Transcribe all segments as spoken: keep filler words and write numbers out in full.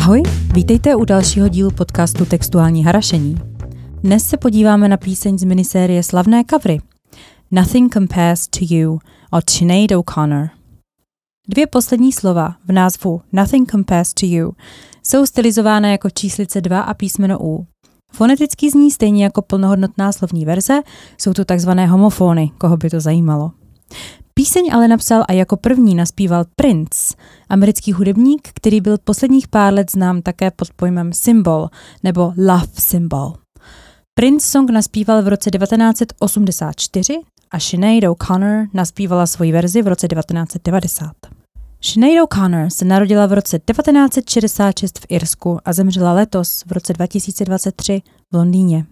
Ahoj, vítejte u dalšího dílu podcastu Textuální harašení. Dnes se podíváme na píseň z minisérie Slavné covery Nothing Compares to You od Sinead O'Connor. Dvě poslední slova v názvu Nothing Compares to You jsou stylizována jako číslice dva a písmeno U. Foneticky zní stejně jako plnohodnotná slovní verze, jsou to takzvané homofony, koho by to zajímalo. Píseň ale napsal a jako první naspíval Prince, americký hudebník, který byl posledních pár let znám také pod pojmem Symbol nebo Love Symbol. Prince song naspíval v roce devatenáct set osmdesát čtyři a Sinead O'Connor naspívala svoji verzi v roce devatenáct set devadesát. Sinead O'Connor se narodila v roce devatenáct set šedesát šest v Irsku a zemřela letos v roce dva tisíce dvacet tři v Londýně.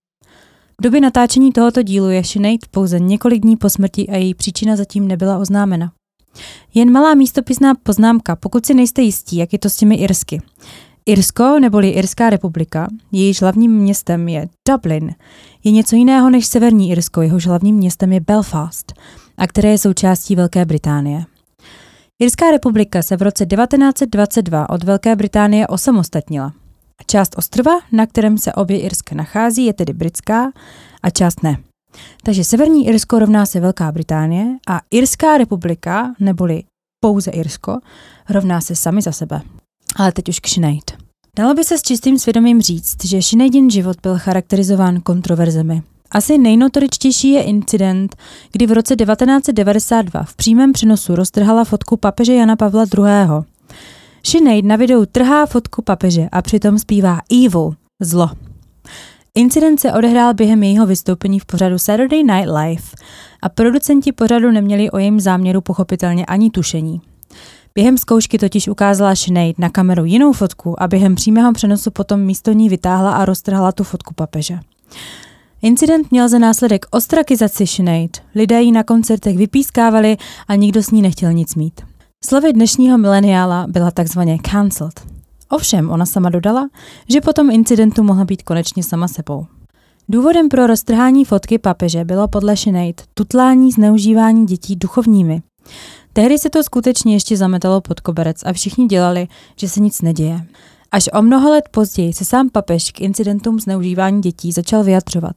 V době natáčení tohoto dílu je Sinead pouze několik dní po smrti a její příčina zatím nebyla oznámena. Jen malá místopisná poznámka, pokud si nejste jistí, jak je to s těmi Irsky. Irsko, neboli Irská republika, jejíž hlavním městem je Dublin, je něco jiného než Severní Irsko, jehož hlavním městem je Belfast, a které je součástí Velké Británie. Irská republika se v roce devatenáct set dvacet dva od Velké Británie osamostatnila. Část ostrova, na kterém se obě Irska nachází, je tedy britská a část ne. Takže Severní Irsko rovná se Velká Británie a Irská republika, neboli pouze Irsko, rovná se sami za sebe. Ale teď už k Sinead. Dalo by se s čistým svědomím říct, že Sineadin život byl charakterizován kontroverzemi. Asi nejnotoričtější je incident, kdy v roce devatenáct set devadesát dva v přímém přenosu roztrhala fotku papeže Jana Pavla druhého. Sinead na videu trhá fotku papeže a přitom zpívá Evil, zlo. Incident se odehrál během jejího vystoupení v pořadu Saturday Night Live a producenti pořadu neměli o jejím záměru pochopitelně ani tušení. Během zkoušky totiž ukázala Sinead na kameru jinou fotku a během přímého přenosu potom místo ní vytáhla a roztrhala tu fotku papeže. Incident měl za následek ostrakizaci Sinead, lidé ji na koncertech vypískávali a nikdo s ní nechtěl nic mít. Slovy dnešního mileniála byla takzvaně cancelled. Ovšem, ona sama dodala, že po tom incidentu mohla být konečně sama sebou. Důvodem pro roztrhání fotky papeže bylo podle Sinead tutlání zneužívání dětí duchovními. Tehdy se to skutečně ještě zametalo pod koberec a všichni dělali, že se nic neděje. Až o mnoho let později se sám papež k incidentům zneužívání dětí začal vyjadřovat.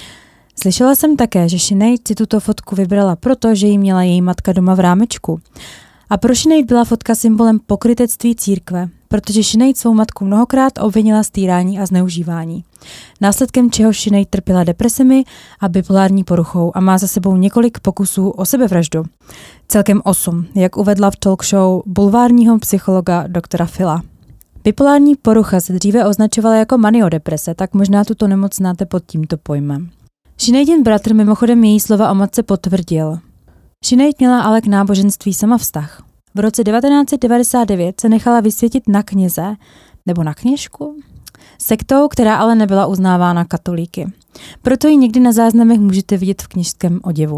Slyšela jsem také, že Sinead si tuto fotku vybrala proto, že ji měla její matka doma v rámečku. A pro Sinead byla fotka symbolem pokrytectví církve, protože Sinead svou matku mnohokrát obvinila z týrání a zneužívání. Následkem čeho Sinead trpěla depresemi a bipolární poruchou a má za sebou několik pokusů o sebevraždu. Celkem osm, jak uvedla v talk show bulvárního psychologa doktora Phila. Bipolární porucha se dříve označovala jako maniodeprese, tak možná tuto nemoc znáte pod tímto pojmem. Sineadin bratr mimochodem její slova o matce potvrdil. Sinead měla ale k náboženství sama vztah. V roce devatenáct set devadesát devět se nechala vysvětit na kněze, nebo na kněžku, sektou, která ale nebyla uznávána katolíky. Proto ji někdy na záznamech můžete vidět v kněžském oděvu.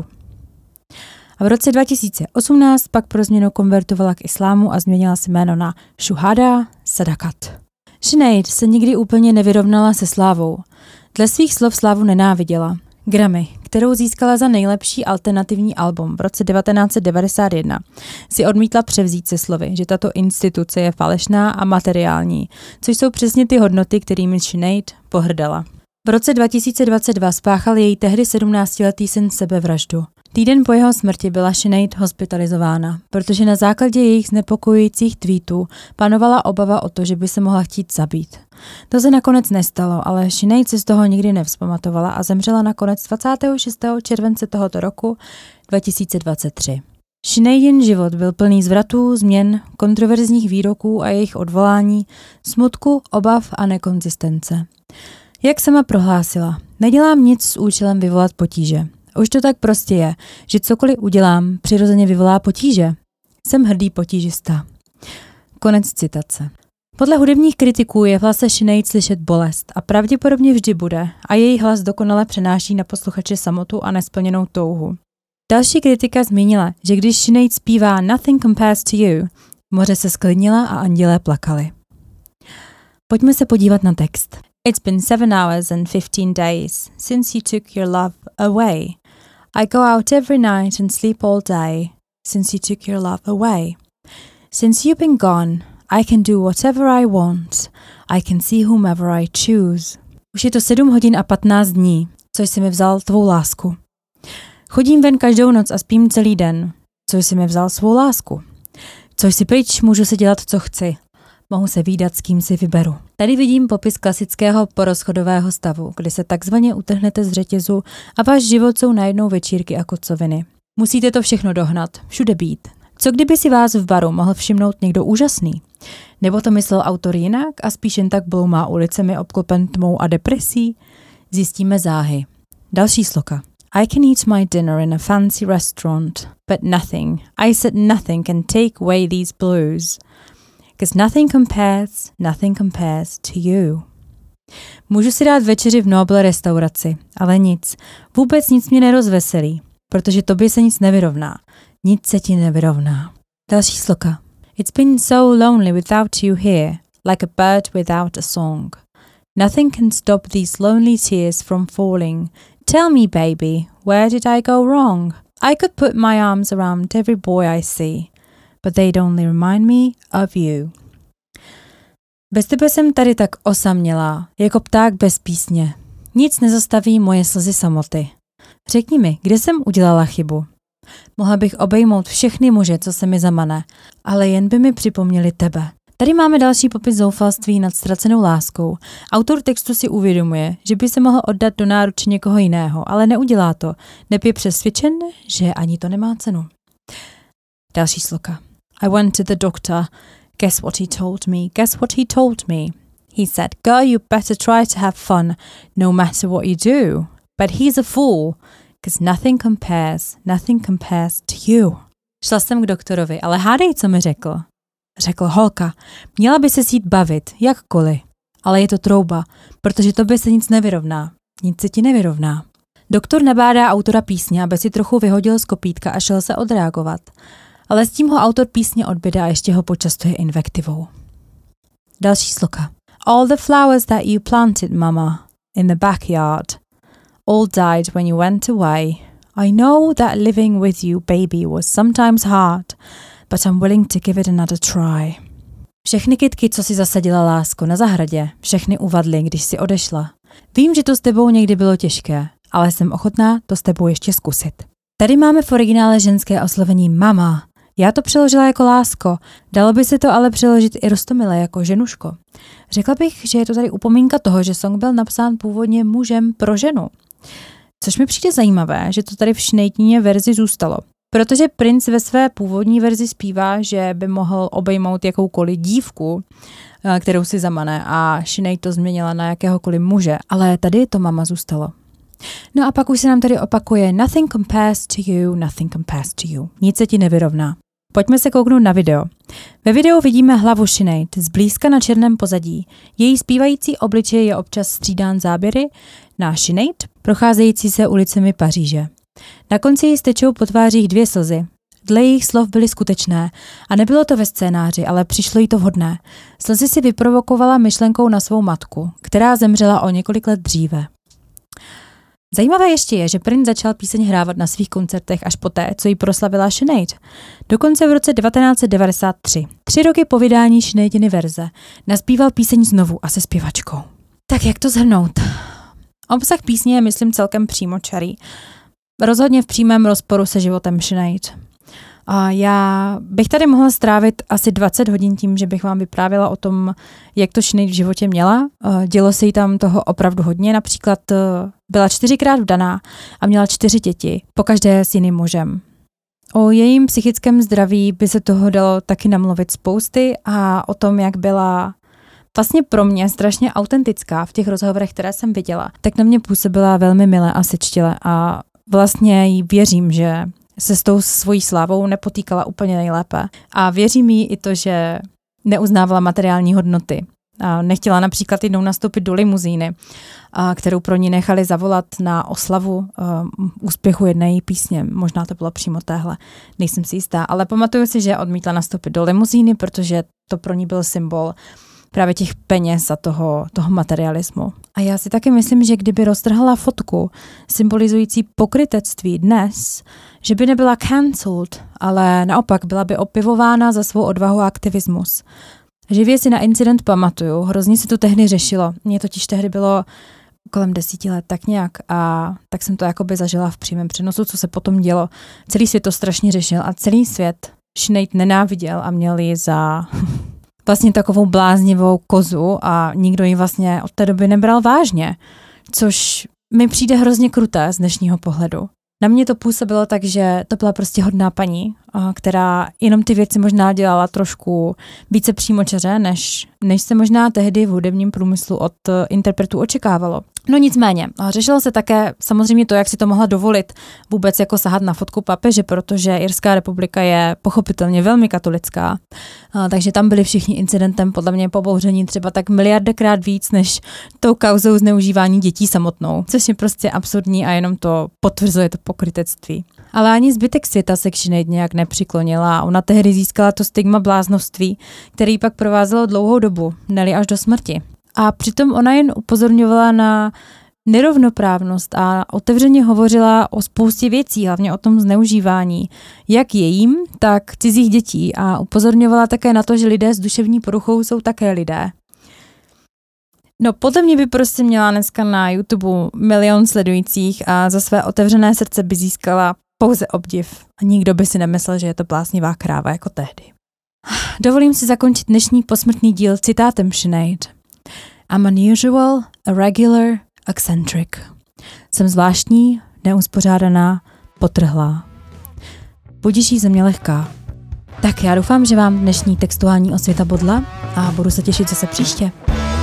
A v roce dva tisíce osmnáct pak pro změnu konvertovala k islámu a změnila si jméno na Shuhada Sadakat. Sinead se nikdy úplně nevyrovnala se slávou. Dle svých slov slávu nenáviděla. Grammy, kterou získala za nejlepší alternativní album v roce devatenáct set devadesát jedna, si odmítla převzít se slovy, že tato instituce je falešná a materiální, což jsou přesně ty hodnoty, kterými Sinead pohrdala. V roce dva tisíce dvacet dva spáchal její tehdy sedmnáctiletý syn sebevraždu. Týden po jeho smrti byla Sinead hospitalizována, protože na základě jejich znepokojujících tweetů panovala obava o to, že by se mohla chtít zabít. To se nakonec nestalo, ale Sinead se z toho nikdy nevzpamatovala a zemřela nakonec dvacátého šestého července tohoto roku dva tisíce dvacet tři. Sineadin život byl plný zvratů, změn, kontroverzních výroků a jejich odvolání, smutku, obav a nekonzistence. Jak sama prohlásila, nedělám nic s účelem vyvolat potíže. Už to tak prostě je, že cokoliv udělám, přirozeně vyvolá potíže. Jsem hrdý potížista. Konec citace. Podle hudebních kritiků je v hlase Sinead slyšet bolest a pravděpodobně vždy bude a její hlas dokonale přenáší na posluchače samotu a nesplněnou touhu. Další kritika zmínila, že když Sinead zpívá Nothing Compares to You, moře se sklidnila a andělé plakali. Pojďme se podívat na text. It's been seven hours and fifteen days since you took your love away. I go out every night and sleep all day since you took your love away. Since you've been gone, I can do whatever I want. I can see whomever I choose. Už je to sedm hodin a patnáct dní, co jsi mi vzal tvou lásku. Chodím ven každou noc a spím celý den, co jsi mi vzal svou lásku. Co jsi pryč, můžu si dělat, co chci. Mohu se vídat, s kým si vyberu. Tady vidím popis klasického porozchodového stavu, kdy se takzvaně utrhnete z řetězu a váš život jsou najednou večírky a kocoviny. Musíte to všechno dohnat, všude být. Co kdyby si vás v baru mohl všimnout někdo úžasný? Nebo to myslel autor jinak a spíš jen tak bloumá ulicemi obklopen tmou a depresí? Zjistíme záhy. Další sloka. I can eat my dinner in a fancy restaurant, but nothing, I said nothing can take away these blues. Because nothing compares, nothing compares to you. Můžu si dát večeři v Noble restauraci, ale nic, vůbec nic mě nerozveselí, protože tobě se nic nevyrovná. Nic se ti nevyrovná. Další sloka. It's been so lonely without you here, like a bird without a song. Nothing can stop these lonely tears from falling. Tell me, baby, where did I go wrong? I could put my arms around every boy I see, but they'd only remind me of you. Bez tebe jsem tady tak osamělá, jako pták bez písně. Nic nezastaví moje slzy samoty. Řekni mi, kde jsem udělala chybu? Mohla bych obejmout všechny muže, co se mi zamane, ale jen by mi připomněli tebe. Tady máme další popis zoufalství nad ztracenou láskou. Autor textu si uvědomuje, že by se mohl oddat do náruče někoho jiného, ale neudělá to. Neb je přesvědčen, že ani to nemá cenu. Další sloka. I went to the doctor. Guess what he told me? Guess what he told me? He said, girl, you better try to have fun, no matter what you do. But he's a fool, because nothing compares, nothing compares to you. Šla jsem k doktorovi, ale hádej, co mi řekl. Řekl, holka, měla by se jít bavit, jakkoliv. Ale je to trouba, protože tobě se nic nevyrovná. Nic se ti nevyrovná. Doktor nabádá autora písně, aby si trochu vyhodil z kopítka a šel se odreagovat. Ale s tím ho autor písně odbyde a ještě ho počastuje invektivou. Další sloka. All the flowers that you planted, mama, in the backyard, all died when you went away. I know that living with you, baby, was sometimes hard, but I'm willing to give it another try. Všechny kytky, co si zasadila, lásko, na zahradě, všechny uvadly, když si odešla. Vím, že to s tebou někdy bylo těžké, ale jsem ochotná to s tebou ještě zkusit. Tady máme v originále ženské oslovení mama. Já to přeložila jako lásko, dalo by se to ale přeložit i roztomile jako ženuško. Řekla bych, že je to tady upomínka toho, že song byl napsán původně mužem pro ženu. Což mi přijde zajímavé, že to tady v Sineadině verzi zůstalo. Protože Prince ve své původní verzi zpívá, že by mohl obejmout jakoukoliv dívku, kterou si zamane, a Sinead to změnila na jakéhokoliv muže, ale tady to mama zůstalo. No a pak už se nám tady opakuje nothing compares to you, nothing compares to you. Nic se ti nevyrovná. Pojďme se kouknout na video. Ve videu vidíme hlavu Sinead zblízka na černém pozadí. Její zpívající obličej je občas střídán záběry na Sinead, procházející se ulicemi Paříže. Na konci jí stečou po tvářích dvě slzy. Dle jejich slov byly skutečné a nebylo to ve scénáři, ale přišlo jí to vhodné. Slzy si vyprovokovala myšlenkou na svou matku, která zemřela o několik let dříve. Zajímavé ještě je, že Prince začal píseň hrávat na svých koncertech až poté, co ji proslavila Sinead. Dokonce v roce devatenáct set devadesát tři, tři roky po vydání Sineadiny verze, nazpíval píseň znovu a se zpěvačkou. Tak jak to shrnout? Obsah písně je, myslím, celkem přímočarý. Rozhodně v přímém rozporu se životem Sinead. A já bych tady mohla strávit asi dvacet hodin tím, že bych vám vyprávěla o tom, jak to Sinead v životě měla. Dělo se jí tam toho opravdu hodně. Například byla čtyřikrát vdaná a měla čtyři děti, pokaždé s jiným mužem. O jejím psychickém zdraví by se toho dalo taky namluvit spousty a o tom, jak byla vlastně pro mě strašně autentická v těch rozhovorech, které jsem viděla, tak na mě působila velmi milé a sečtile a vlastně jí věřím, že se s tou svojí slávou nepotýkala úplně nejlépe. A věřím jí i to, že neuznávala materiální hodnoty. A nechtěla například jednou nastoupit do limuzíny, a kterou pro ní nechali zavolat na oslavu uh, úspěchu jedné její písně. Možná to bylo přímo téhle, nejsem si jistá. Ale pamatuju si, že odmítla nastoupit do limuzíny, protože to pro ní byl symbol právě těch peněz a toho, toho materialismu. A já si taky myslím, že kdyby roztrhala fotku symbolizující pokrytectví dnes, že by nebyla cancelled, ale naopak byla by opivována za svou odvahu a aktivismus. Živě si na incident pamatuju, hrozně se to tehdy řešilo. Mně totiž tehdy bylo kolem desíti let, tak nějak. A tak jsem to jakoby zažila v přímém přenosu, co se potom dělo. Celý svět to strašně řešil a celý svět Sinead nenáviděl a měl ji za vlastně takovou bláznivou kozu a nikdo ji vlastně od té doby nebral vážně, což mi přijde hrozně kruté z dnešního pohledu. Na mě to působilo tak, že to byla prostě hodná paní, která jenom ty věci možná dělala trošku více přímočaře, než, než se možná tehdy v hudebním průmyslu od interpretů očekávalo. No nicméně, řešilo se také samozřejmě to, jak si to mohla dovolit vůbec jako sahat na fotku papeže, protože Irská republika je pochopitelně velmi katolická, takže tam byli všichni incidentem podle mě pobouření třeba tak miliardekrát víc, než tou kauzou zneužívání dětí samotnou, což je prostě absurdní a jenom to potvrzuje to pokrytectví. Ale ani zbytek světa se k Sinead nějak nepřiklonila a ona tehdy získala to stigma bláznovství, který pak provázelo dlouhou dobu, ne-li až do smrti. A přitom ona jen upozorňovala na nerovnoprávnost a otevřeně hovořila o spoustě věcí, hlavně o tom zneužívání, jak jejím, tak cizích dětí a upozorňovala také na to, že lidé s duševní poruchou jsou také lidé. No podle mě by prostě měla dneska na YouTube milion sledujících a za své otevřené srdce by získala pouze obdiv a nikdo by si nemyslel, že je to bláznivá kráva jako tehdy. Dovolím si zakončit dnešní posmrtný díl citátem Sinead. I'm unusual, irregular, eccentric. Jsem zvláštní, neuspořádaná, potrhlá. Budiž jí země lehká. Tak já doufám, že vám dnešní textuální osvěta bodla a budu se těšit zase příště.